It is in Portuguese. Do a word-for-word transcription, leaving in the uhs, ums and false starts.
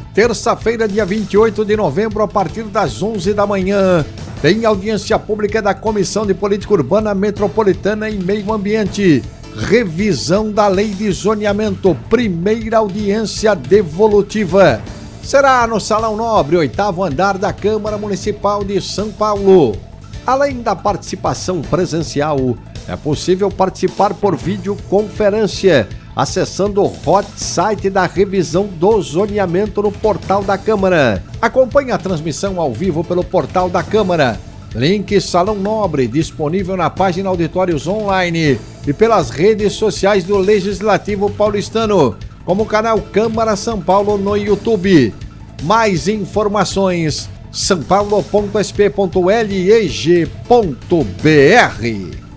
Terça-feira, dia vinte e oito de novembro, a partir das onze da manhã, tem audiência pública da Comissão de Política Urbana Metropolitana e Meio Ambiente. Revisão da Lei de Zoneamento, primeira audiência devolutiva. Será no Salão Nobre, oitavo andar da Câmara Municipal de São Paulo. Além da participação presencial, é possível participar por videoconferência, acessando o hot site da revisão do zoneamento no portal da Câmara. Acompanhe a transmissão ao vivo pelo portal da Câmara. Link Salão Nobre, disponível na página Auditórios Online e pelas redes sociais do Legislativo Paulistano, como o canal Câmara São Paulo no YouTube. Mais informações, são paulo ponto s p ponto leg ponto b r.